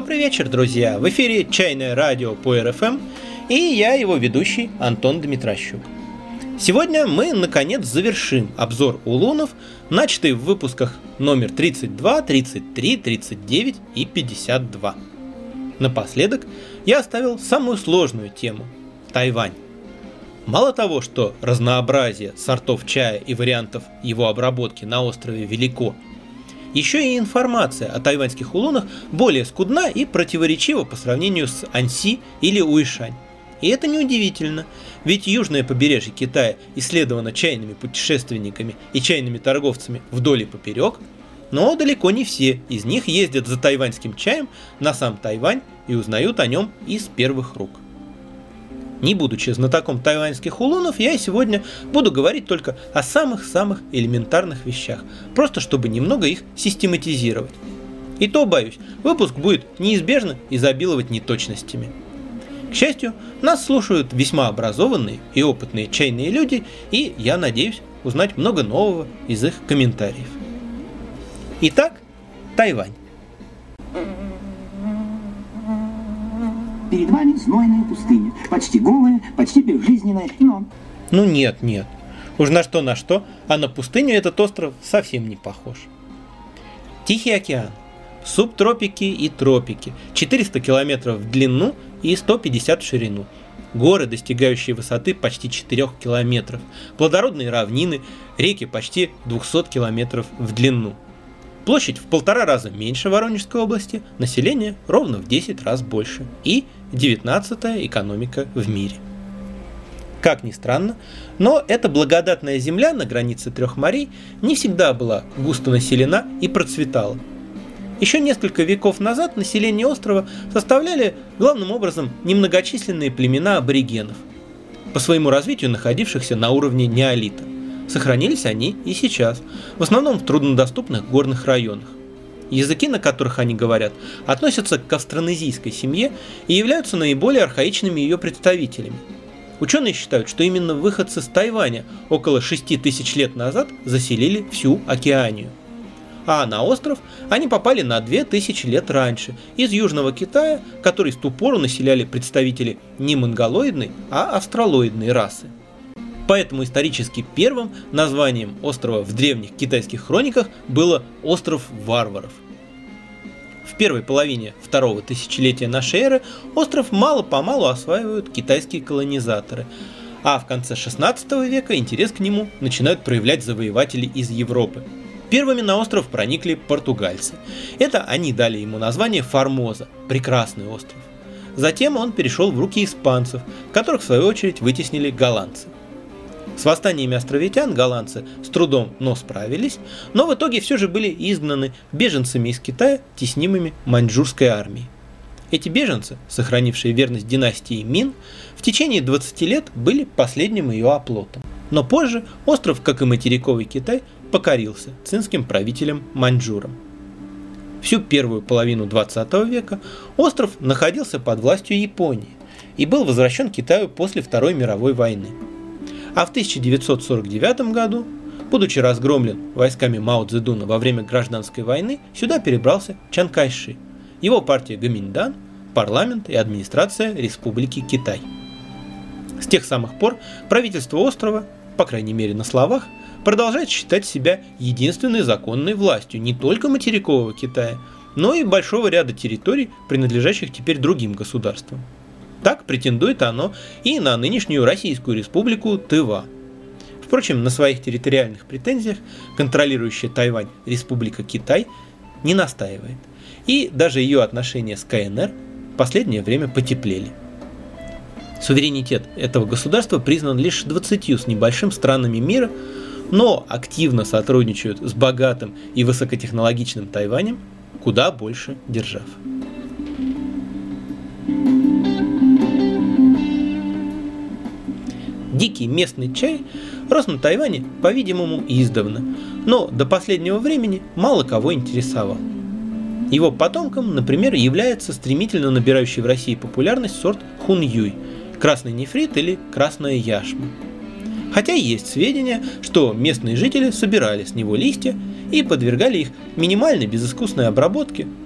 Добрый вечер, друзья! В эфире «Чайное радио» по РФМ, и я, его ведущий, Антон Дмитращук. Сегодня мы, наконец, завершим обзор улунов, начатый в выпусках номер 32, 33, 39 и 52. Напоследок я оставил самую сложную тему – Тайвань. Мало того, что разнообразие сортов чая и вариантов его обработки на острове велико, еще и информация о тайваньских улунах более скудна и противоречива по сравнению с Аньси или Уишань. И это неудивительно, ведь южное побережье Китая исследовано чайными путешественниками и чайными торговцами вдоль и поперек, но далеко не все из них ездят за тайваньским чаем на сам Тайвань и узнают о нем из первых рук. Не будучи знатоком тайваньских улунов, я сегодня буду говорить только о самых-самых элементарных вещах, просто чтобы немного их систематизировать. И то, боюсь, выпуск будет неизбежно изобиловать неточностями. К счастью, нас слушают весьма образованные и опытные чайные люди, и я надеюсь узнать много нового из их комментариев. Итак, Тайвань. Перед вами знойная пустыня, почти голая, почти безжизненная, но... Нет. Уж на что, а на пустыню этот остров совсем не похож. Тихий океан, субтропики и тропики, 400 километров в длину и 150 в ширину. Горы, достигающие высоты почти 4 километров, плодородные равнины, реки почти 200 километров в длину. Площадь в 1,5 раза меньше Воронежской области, население ровно в 10 раз больше и 19-я экономика в мире. Как ни странно, но эта благодатная земля на границе 3 морей не всегда была густо населена и процветала. Еще несколько веков назад население острова составляли главным образом немногочисленные племена аборигенов, по своему развитию находившихся на уровне неолита. Сохранились они и сейчас, в основном в труднодоступных горных районах. Языки, на которых они говорят, относятся к австронезийской семье и являются наиболее архаичными ее представителями. Ученые считают, что именно выходцы с Тайваня около 6000 лет назад заселили всю Океанию. А на остров они попали на 2000 лет раньше, из Южного Китая, который в ту пору населяли представители не монголоидной, а австралоидной расы. Поэтому исторически первым названием острова в древних китайских хрониках было «Остров варваров». В первой половине 2-го тысячелетия нашей эры остров мало-помалу осваивают китайские колонизаторы, а в конце 16 века интерес к нему начинают проявлять завоеватели из Европы. Первыми на остров проникли португальцы. Это они дали ему название Формоза – прекрасный остров. Затем он перешел в руки испанцев, которых в свою очередь вытеснили голландцы. С восстаниями островитян голландцы с трудом, но справились, но в итоге все же были изгнаны беженцами из Китая, теснимыми маньчжурской армией. Эти беженцы, сохранившие верность династии Мин, в течение 20 лет были последним ее оплотом. Но позже остров, как и материковый Китай, покорился цинским правителям-маньчжурам. Всю первую половину 20 века остров находился под властью Японии и был возвращен Китаю после Второй мировой войны. А в 1949 году, будучи разгромлен войсками Мао Цзэдуна во время гражданской войны, сюда перебрался Чан Кайши, его партия Гоминьдан, парламент и администрация Республики Китай. С тех самых пор правительство острова, по крайней мере на словах, продолжает считать себя единственной законной властью не только материкового Китая, но и большого ряда территорий, принадлежащих теперь другим государствам. Так претендует оно и на нынешнюю Российскую Республику Тыва. Впрочем, на своих территориальных претензиях контролирующая Тайвань Республика Китай не настаивает. И даже ее отношения с КНР в последнее время потеплели. Суверенитет этого государства признан лишь 20 с небольшим странами мира, но активно сотрудничают с богатым и высокотехнологичным Тайванем куда больше держав. Дикий местный чай рос на Тайване, по-видимому, издавна, но до последнего времени мало кого интересовал. Его потомком, например, является стремительно набирающий в России популярность сорт Хунъюй, красный нефрит или красная яшма. Хотя есть сведения, что местные жители собирали с него листья и подвергали их минимальной безыскусной обработке,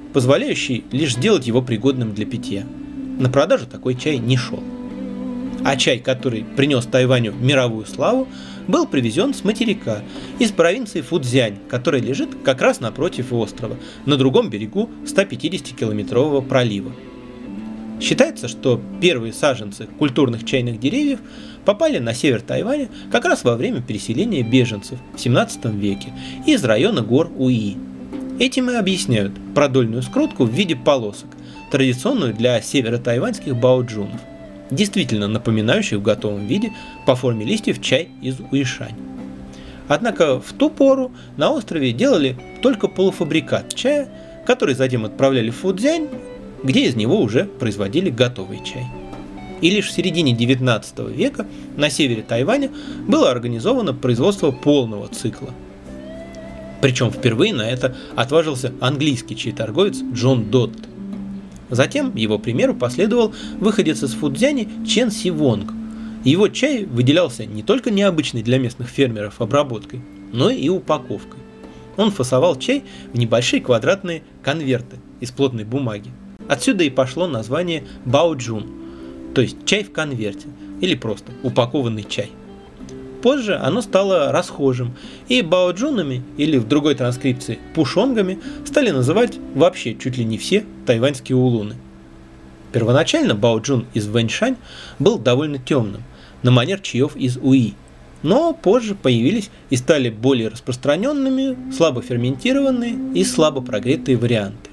позволяющий лишь сделать его пригодным для питья. На продажу такой чай не шел. А чай, который принес Тайваню мировую славу, был привезен с материка, из провинции Фуцзянь, которая лежит как раз напротив острова, на другом берегу 150-километрового пролива. Считается, что первые саженцы культурных чайных деревьев попали на север Тайваня как раз во время переселения беженцев в 17 веке из района гор Уи. Этим и объясняют продольную скрутку в виде полосок, традиционную для северо-тайваньских баоджунов, действительно напоминающих в готовом виде по форме листьев чай из Уишань. Однако в ту пору на острове делали только полуфабрикат чая, который затем отправляли в Фуцзянь, где из него уже производили готовый чай. И лишь в середине 19 века на севере Тайваня было организовано производство полного цикла. Причем впервые на это отважился английский чаеторговец Джон Додд. Затем его примеру последовал выходец из Фуцзяня Чен Си Вонг. Его чай выделялся не только необычной для местных фермеров обработкой, но и упаковкой. Он фасовал чай в небольшие квадратные конверты из плотной бумаги. Отсюда и пошло название баоджун, то есть чай в конверте, или просто упакованный чай. Позже оно стало расхожим, и баоджунами, или в другой транскрипции пушонгами, стали называть вообще чуть ли не все тайваньские улуны. Первоначально баоджун из Вэньшань был довольно темным, на манер чаев из Уи, но позже появились и стали более распространенными, слабо ферментированные и слабо прогретые варианты.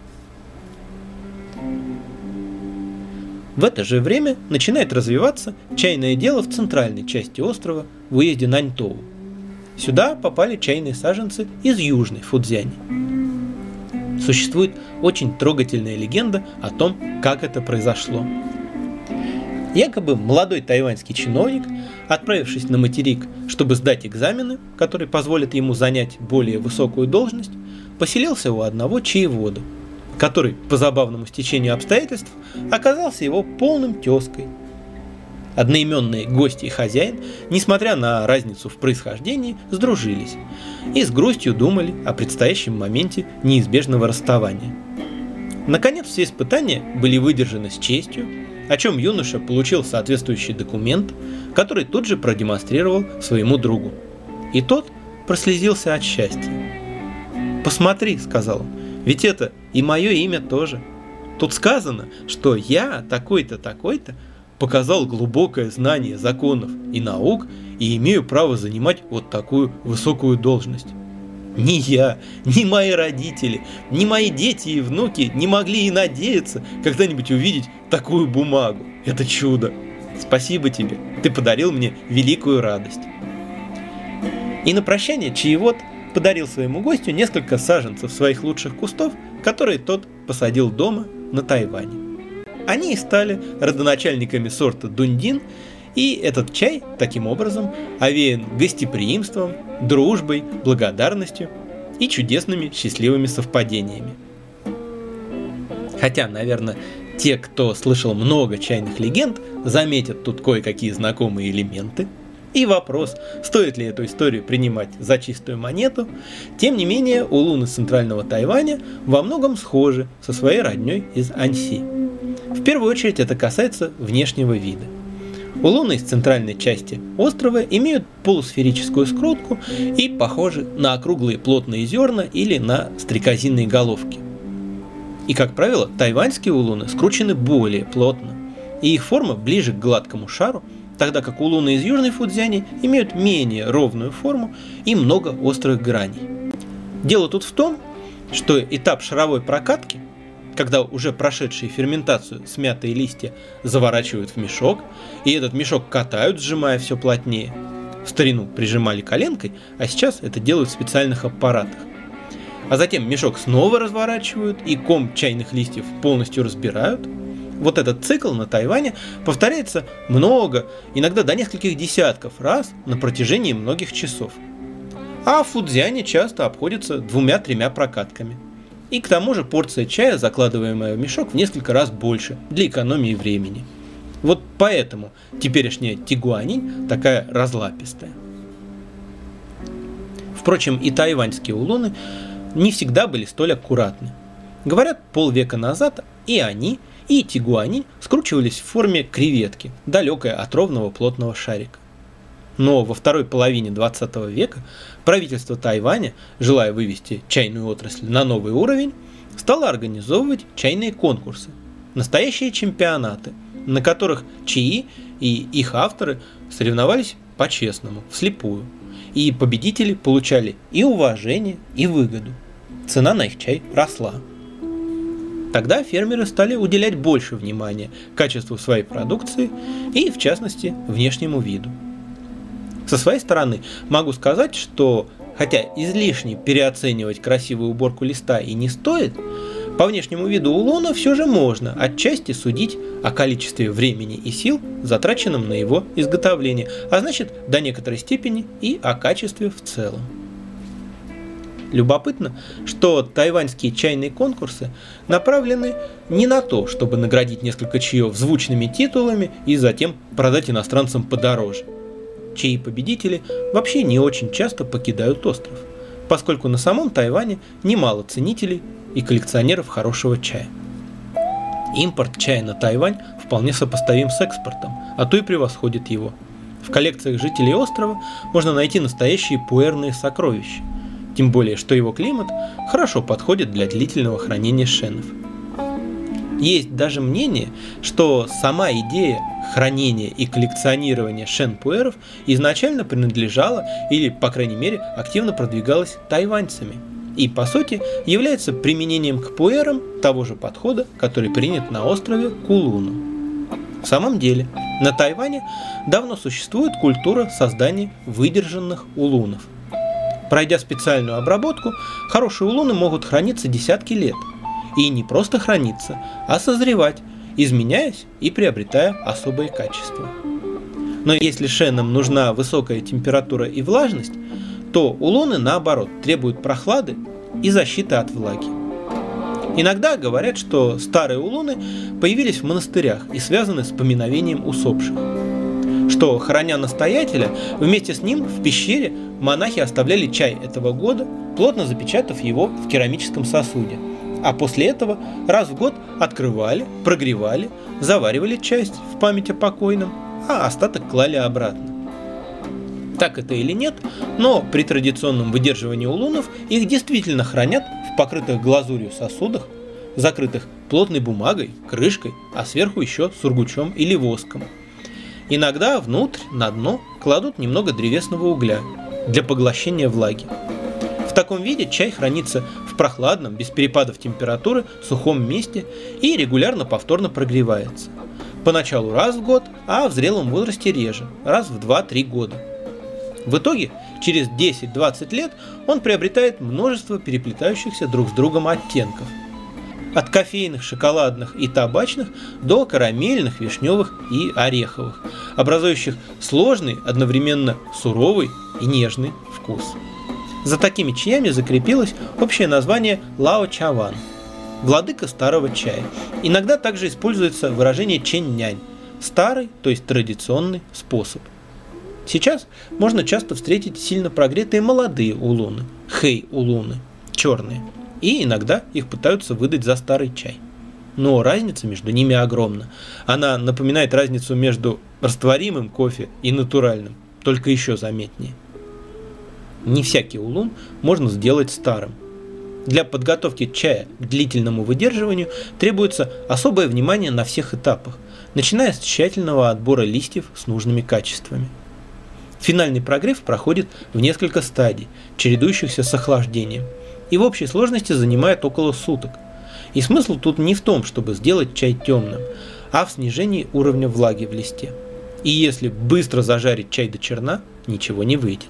В это же время начинает развиваться чайное дело в центральной части острова, в уезде Наньтоу. Сюда попали чайные саженцы из южной Фуцзяни. Существует очень трогательная легенда о том, как это произошло. Якобы молодой тайваньский чиновник, отправившись на материк, чтобы сдать экзамены, которые позволят ему занять более высокую должность, поселился у одного чаевода, который, по забавному стечению обстоятельств, оказался его полным тезкой. Одноименные гости и хозяин, несмотря на разницу в происхождении, сдружились и с грустью думали о предстоящем моменте неизбежного расставания. Наконец, все испытания были выдержаны с честью, о чем юноша получил соответствующий документ, который тут же продемонстрировал своему другу. И тот прослезился от счастья. «Посмотри», — сказал он, — «ведь это и мое имя тоже. Тут сказано, что я такой-то, такой-то показал глубокое знание законов и наук и имею право занимать вот такую высокую должность. Ни я, ни мои родители, ни мои дети и внуки не могли и надеяться когда-нибудь увидеть такую бумагу. Это чудо. Спасибо тебе, ты подарил мне великую радость». И на прощание чаевод подарил своему гостю несколько саженцев своих лучших кустов, которые тот посадил дома на Тайване. Они и стали родоначальниками сорта Дундин, и этот чай, таким образом, овеян гостеприимством, дружбой, благодарностью и чудесными счастливыми совпадениями. Хотя, наверное, те, кто слышал много чайных легенд, заметят тут кое-какие знакомые элементы. И вопрос, стоит ли эту историю принимать за чистую монету, тем не менее улуны центрального Тайваня во многом схожи со своей роднёй из Аньси. В первую очередь это касается внешнего вида. Улуны из центральной части острова имеют полусферическую скрутку и похожи на округлые плотные зерна или на стрекозиные головки. И, как правило, тайваньские улуны скручены более плотно, и их форма ближе к гладкому шару, тогда как улуны из Южной Фуцзяни имеют менее ровную форму и много острых граней. Дело тут в том, что этап шаровой прокатки, когда уже прошедшие ферментацию смятые листья заворачивают в мешок, и этот мешок катают, сжимая все плотнее. В старину прижимали коленкой, а сейчас это делают в специальных аппаратах. А затем мешок снова разворачивают и ком чайных листьев полностью разбирают. Вот этот цикл на Тайване повторяется много, иногда до нескольких десятков раз на протяжении многих часов. А в Фуцзяне часто обходится 2-3 прокатками. И к тому же порция чая, закладываемая в мешок, в несколько раз больше, для экономии времени. Вот поэтому теперешняя тигуанинь такая разлапистая. Впрочем, и тайваньские улуны не всегда были столь аккуратны. Говорят, полвека назад и они, и тигуанин скручивались в форме креветки, далекой от ровного плотного шарика. Но во второй половине 20 века правительство Тайваня, желая вывести чайную отрасль на новый уровень, стало организовывать чайные конкурсы, настоящие чемпионаты, на которых чаи и их авторы соревновались по-честному, вслепую, и победители получали и уважение, и выгоду. Цена на их чай росла. Тогда фермеры стали уделять больше внимания качеству своей продукции и, в частности, внешнему виду. Со своей стороны могу сказать, что хотя излишне переоценивать красивую уборку листа и не стоит, по внешнему виду улуна все же можно отчасти судить о количестве времени и сил, затраченном на его изготовление, а значит, до некоторой степени и о качестве в целом. Любопытно, что тайваньские чайные конкурсы направлены не на то, чтобы наградить несколько чаев звучными титулами и затем продать иностранцам подороже. Чаи-победители вообще не очень часто покидают остров, поскольку на самом Тайване немало ценителей и коллекционеров хорошего чая. Импорт чая на Тайвань вполне сопоставим с экспортом, а то и превосходит его. В коллекциях жителей острова можно найти настоящие пуэрные сокровища, тем более, что его климат хорошо подходит для длительного хранения шенов. Есть даже мнение, что сама идея хранения и коллекционирования шен-пуэров изначально принадлежала или, по крайней мере, активно продвигалась тайваньцами и, по сути, является применением к пуэрам того же подхода, который принят на острове к улуну. В самом деле, на Тайване давно существует культура создания выдержанных улунов. Пройдя специальную обработку, хорошие улуны могут храниться десятки лет. И не просто храниться, а созревать, изменяясь и приобретая особые качества. Но если шенам нужна высокая температура и влажность, то улуны, наоборот, требуют прохлады и защиты от влаги. Иногда говорят, что старые улуны появились в монастырях и связаны с поминовением усопших. Что, храня настоятеля, вместе с ним в пещере монахи оставляли чай этого года, плотно запечатав его в керамическом сосуде. А после этого раз в год открывали, прогревали, заваривали часть в память о покойном, а остаток клали обратно. Так это или нет, но при традиционном выдерживании улунов их действительно хранят в покрытых глазурью сосудах, закрытых плотной бумагой, крышкой, а сверху еще сургучом или воском. Иногда внутрь, на дно, кладут немного древесного угля для поглощения влаги. В таком виде чай хранится в прохладном, без перепадов температуры, сухом месте и регулярно повторно прогревается. Поначалу раз в год, а в зрелом возрасте реже, раз в 2-3 года. В итоге, через 10-20 лет он приобретает множество переплетающихся друг с другом оттенков. От кофейных, шоколадных и табачных до карамельных, вишневых и ореховых, образующих сложный, одновременно суровый и нежный вкус. За такими чаями закрепилось общее название лао-чаван – владыка старого чая. Иногда также используется выражение чэнь-нянь – старый, то есть традиционный способ. Сейчас можно часто встретить сильно прогретые молодые улуны – хэй-улуны, черные, и иногда их пытаются выдать за старый чай. Но разница между ними огромна. Она напоминает разницу между растворимым кофе и натуральным, только еще заметнее. Не всякий улун можно сделать старым. Для подготовки чая к длительному выдерживанию требуется особое внимание на всех этапах, начиная с тщательного отбора листьев с нужными качествами. Финальный прогрев проходит в несколько стадий, чередующихся с охлаждением, и в общей сложности занимает около суток. И смысл тут не в том, чтобы сделать чай темным, а в снижении уровня влаги в листе. И если быстро зажарить чай до черна, ничего не выйдет.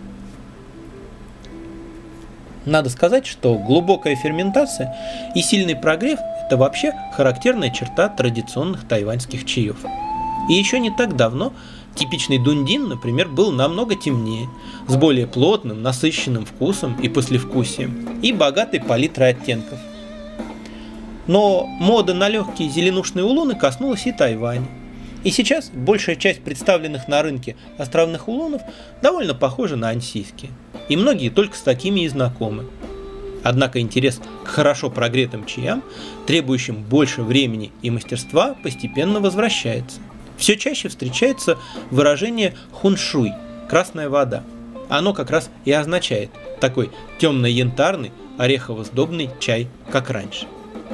Надо сказать, что глубокая ферментация и сильный прогрев – это вообще характерная черта традиционных тайваньских чаев. И еще не так давно типичный дундин, например, был намного темнее, с более плотным, насыщенным вкусом и послевкусием, и богатой палитрой оттенков. Но мода на легкие зеленушные улуны коснулась и Тайваня. И сейчас большая часть представленных на рынке островных улунов довольно похожа на ансийские. И многие только с такими и знакомы. Однако интерес к хорошо прогретым чаям, требующим больше времени и мастерства, постепенно возвращается. Все чаще встречается выражение хуншуй – красная вода. Оно как раз и означает такой темно-янтарный, орехово-сдобный чай, как раньше.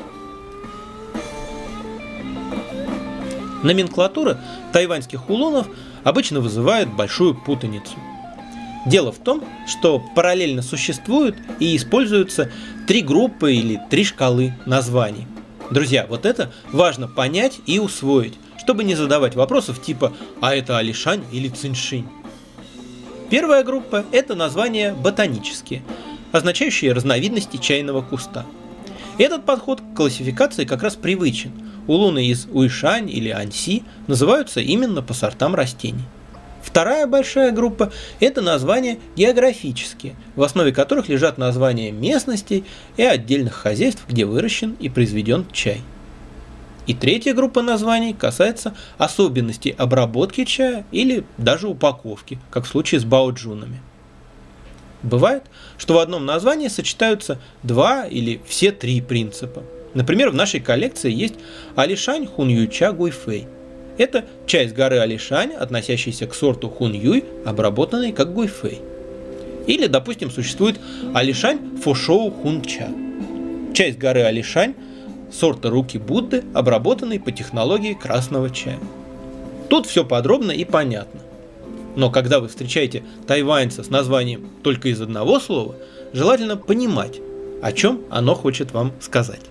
Номенклатура тайваньских улунов обычно вызывает большую путаницу. Дело в том, что параллельно существуют и используются 3 группы или 3 шкалы названий. Друзья, вот это важно понять и усвоить, чтобы не задавать вопросов типа «А это Алишань или Циншинь?». Первая группа – это названия ботанические, означающие разновидности чайного куста. Этот подход к классификации как раз привычен. Улуны из Уйшань или Аньси называются именно по сортам растений. Вторая большая группа – это названия географические, в основе которых лежат названия местностей и отдельных хозяйств, где выращен и произведен чай. И третья группа названий касается особенностей обработки чая или даже упаковки, как в случае с баоджунами. Бывает, что в одном названии сочетаются 2 или все 3 принципа. Например, в нашей коллекции есть Алишань Хуньюйча Гуйфэй. Это чай с горы Алишань, относящийся к сорту Хуньюй, обработанный как Гуйфэй. Или, допустим, существует Алишань Фошоу Хунча. Чай с горы Алишань сорта руки Будды, обработанный по технологии красного чая. Тут все подробно и понятно. Но когда вы встречаете тайваньца с названием только из одного слова, желательно понимать, о чем оно хочет вам сказать.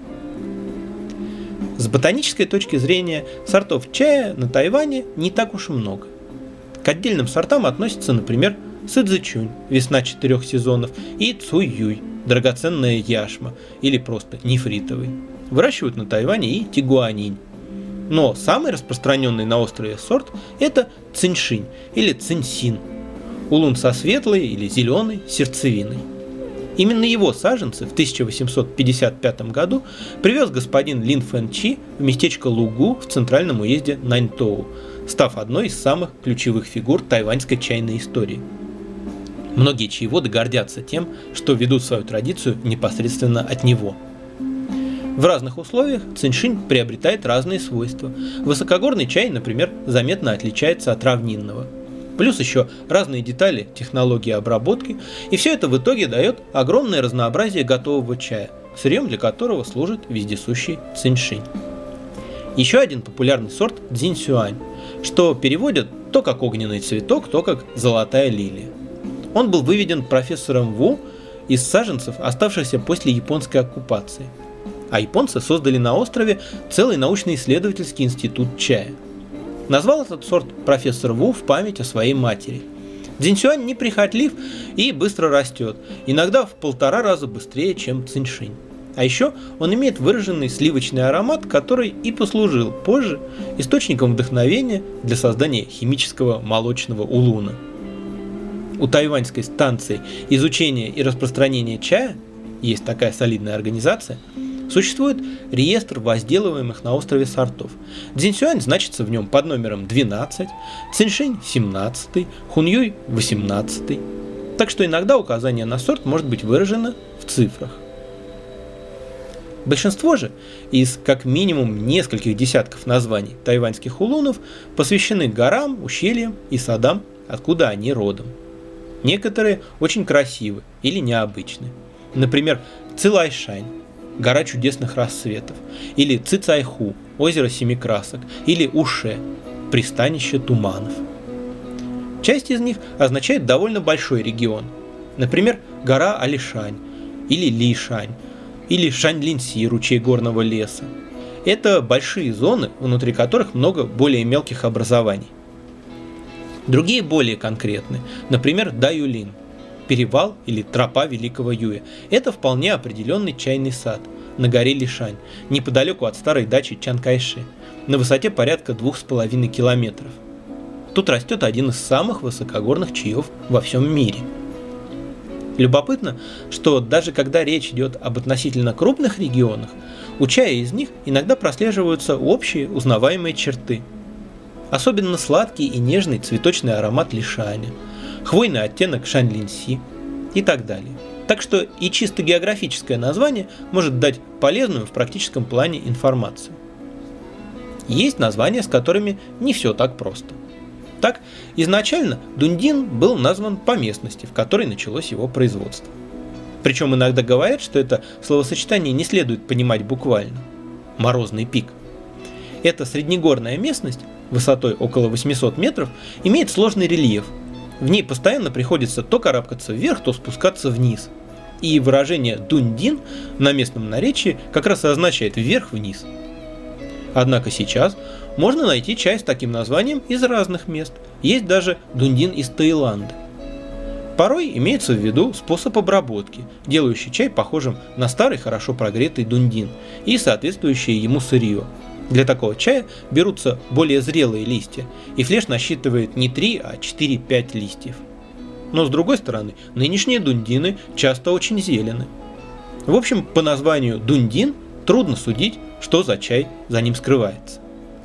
С ботанической точки зрения сортов чая на Тайване не так уж и много. К отдельным сортам относятся, например, Сыцзычунь, весна 4 сезонов, и Цуюй, драгоценная яшма, или просто нефритовый. Выращивают на Тайване и Тигуанинь. Но самый распространенный на острове сорт – это Циншинь или Цинсин, улун со светлой или зеленой сердцевиной. Именно его саженцы в 1855 году привез господин Лин Фэн Чи в местечко Лугу в центральном уезде Наньтоу, став одной из самых ключевых фигур тайваньской чайной истории. Многие чаеводы гордятся тем, что ведут свою традицию непосредственно от него. В разных условиях циншинь приобретает разные свойства. Высокогорный чай, например, заметно отличается от равнинного. Плюс еще разные детали технологии обработки, и все это в итоге дает огромное разнообразие готового чая, сырьем для которого служит вездесущий циншинь. Еще один популярный сорт – дзиньсюань, что переводят то как огненный цветок, то как золотая лилия. Он был выведен профессором Ву из саженцев, оставшихся после японской оккупации. А японцы создали на острове целый научно-исследовательский институт чая. Назвал этот сорт профессор Ву в память о своей матери. Дзиньсюань неприхотлив и быстро растет, иногда в 1,5 раза быстрее, чем циншинь. А еще он имеет выраженный сливочный аромат, который и послужил позже источником вдохновения для создания химического молочного улуна. У тайваньской станции изучения и распространения чая, есть такая солидная организация, существует реестр возделываемых на острове сортов. Дзиньсюань значится в нем под номером 12, циншинь 17, хуньюй 18. Так что иногда указание на сорт может быть выражено в цифрах. Большинство же из как минимум нескольких десятков названий тайваньских улунов посвящены горам, ущельям и садам, откуда они родом. Некоторые очень красивы или необычны. Например, Цилайшань, гора чудесных рассветов, или Цицайху, озеро семи красок, или Уше, пристанище туманов. Часть из них означает довольно большой регион. Например, гора Алишань, или Лишань, или Шаньлинси, ручей горного леса. Это большие зоны, внутри которых много более мелких образований. Другие более конкретны, например, Даюлин, перевал или тропа Великого Юя. Это вполне определенный чайный сад на горе Лишань, неподалеку от старой дачи Чанкайши, на высоте порядка 2,5 километров. Тут растет один из самых высокогорных чаев во всем мире. Любопытно, что даже когда речь идет об относительно крупных регионах, у чая из них иногда прослеживаются общие узнаваемые черты. Особенно сладкий и нежный цветочный аромат лишаня, хвойный оттенок шаньлинси и так далее. Так что и чисто географическое название может дать полезную в практическом плане информацию. Есть названия, с которыми не все так просто. Так, изначально Дундин был назван по местности, в которой началось его производство. Причем иногда говорят, что это словосочетание не следует понимать буквально. Морозный пик. Эта среднегорная местность, высотой около 800 метров, имеет сложный рельеф. В ней постоянно приходится то карабкаться вверх, то спускаться вниз. И выражение «дундин» на местном наречии как раз и означает «вверх-вниз». Однако сейчас можно найти чай с таким названием из разных мест. Есть даже дундин из Таиланда. Порой имеется в виду способ обработки, делающий чай похожим на старый хорошо прогретый дундин и соответствующее ему сырье. Для такого чая берутся более зрелые листья, и флеш насчитывает не 3, а 4-5 листьев. Но с другой стороны, нынешние дундины часто очень зелены. В общем, по названию дундин трудно судить, что за чай за ним скрывается.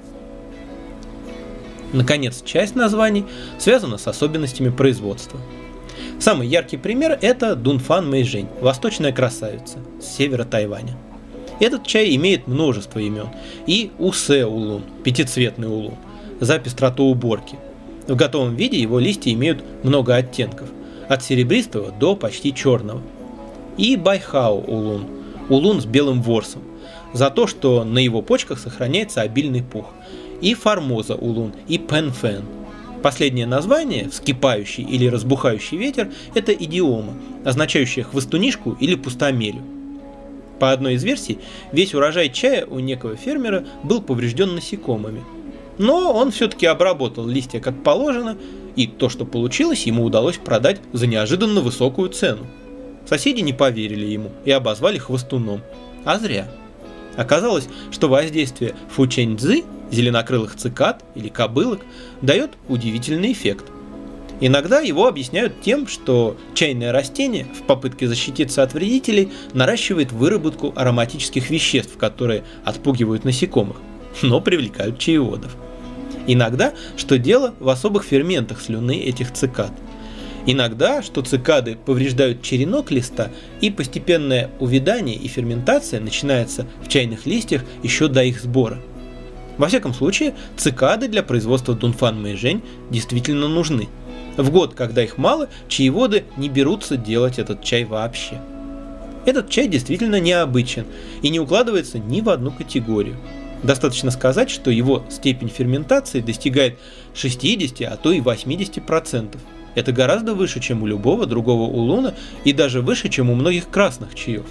Наконец, часть названий связана с особенностями производства. Самый яркий пример – это Дунфан Мэйжэнь, восточная красавица, с севера Тайваня. Этот чай имеет множество имен. И Усе улун, пятицветный улун, за пестроту уборки. В готовом виде его листья имеют много оттенков, от серебристого до почти черного. И Байхао улун, улун с белым ворсом, за то, что на его почках сохраняется обильный пух. И Формоза улун, и Пэнфэн. Последнее название, вскипающий или разбухающий ветер, это идиома, означающая хвостунишку или пустомелю. По одной из версий, весь урожай чая у некого фермера был поврежден насекомыми. Но он все-таки обработал листья как положено, и то, что получилось, ему удалось продать за неожиданно высокую цену. Соседи не поверили ему и обозвали хвостуном. А зря. Оказалось, что воздействие фучэньцзы, зеленокрылых цикад или кобылок, дает удивительный эффект. Иногда его объясняют тем, что чайное растение в попытке защититься от вредителей наращивает выработку ароматических веществ, которые отпугивают насекомых, но привлекают чаеводов. Иногда, что дело в особых ферментах слюны этих цикад. Иногда, что цикады повреждают черенок листа, и постепенное увядание и ферментация начинается в чайных листьях еще до их сбора. Во всяком случае, цикады для производства Дунфан Мэйжэнь действительно нужны. В год, когда их мало, чаеводы не берутся делать этот чай вообще. Этот чай действительно необычен и не укладывается ни в одну категорию. Достаточно сказать, что его степень ферментации достигает 60, а то и 80%. Это гораздо выше, чем у любого другого улуна, и даже выше, чем у многих красных чаев.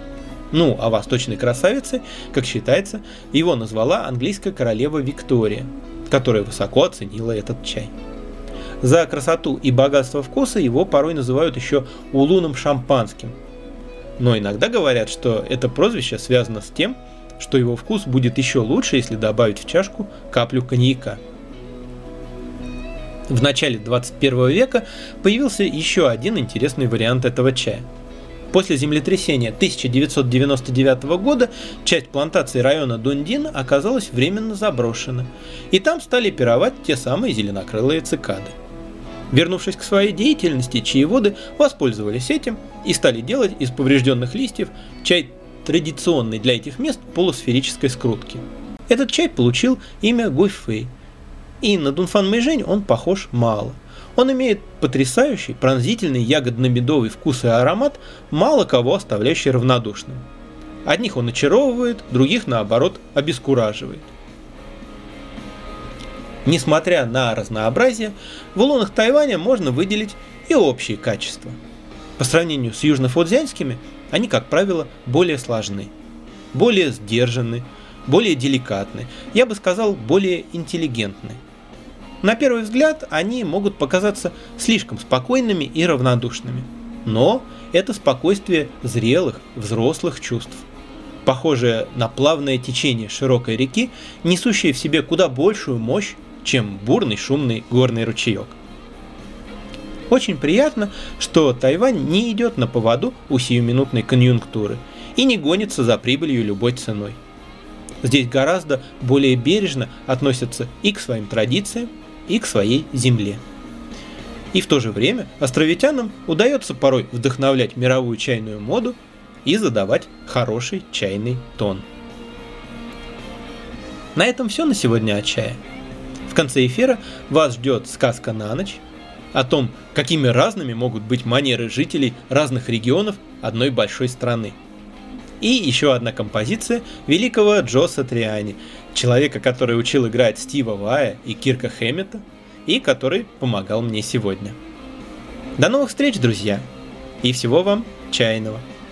Ну, а восточной красавицей, как считается, его назвала английская королева Виктория, которая высоко оценила этот чай. За красоту и богатство вкуса его порой называют еще улуном шампанским. Но иногда говорят, что это прозвище связано с тем, что его вкус будет еще лучше, если добавить в чашку каплю коньяка. В начале 21 века появился еще один интересный вариант этого чая. После землетрясения 1999 года часть плантации района Дундин оказалась временно заброшена, и там стали пировать те самые зеленокрылые цикады. Вернувшись к своей деятельности, чаеводы воспользовались этим и стали делать из поврежденных листьев чай традиционный для этих мест полусферической скрутки. Этот чай получил имя Гуйфэй, и на Дунфан Мэйжэнь он похож мало. Он имеет потрясающий, пронзительный ягодно-медовый вкус и аромат, мало кого оставляющий равнодушным. Одних он очаровывает, других, наоборот, обескураживает. Несмотря на разнообразие, в улунах Тайваня можно выделить и общие качества. По сравнению с южнофудзянскими, они, как правило, более сложны, более сдержаны, более деликатны, я бы сказал, более интеллигентны. На первый взгляд они могут показаться слишком спокойными и равнодушными, но это спокойствие зрелых, взрослых чувств, похожее на плавное течение широкой реки, несущее в себе куда большую мощь, чем бурный шумный горный ручеек. Очень приятно, что Тайвань не идет на поводу у сиюминутной конъюнктуры и не гонится за прибылью любой ценой. Здесь гораздо более бережно относятся и к своим традициям, и к своей земле. И в то же время островитянам удается порой вдохновлять мировую чайную моду и задавать хороший чайный тон. На этом все на сегодня о чае. В конце эфира вас ждет сказка на ночь о том, какими разными могут быть манеры жителей разных регионов одной большой страны. И еще одна композиция великого Джо Сатриани, человека, который учил играть Стива Вая и Кирка Хэммета, и который помогал мне сегодня. До новых встреч, друзья! И всего вам чайного!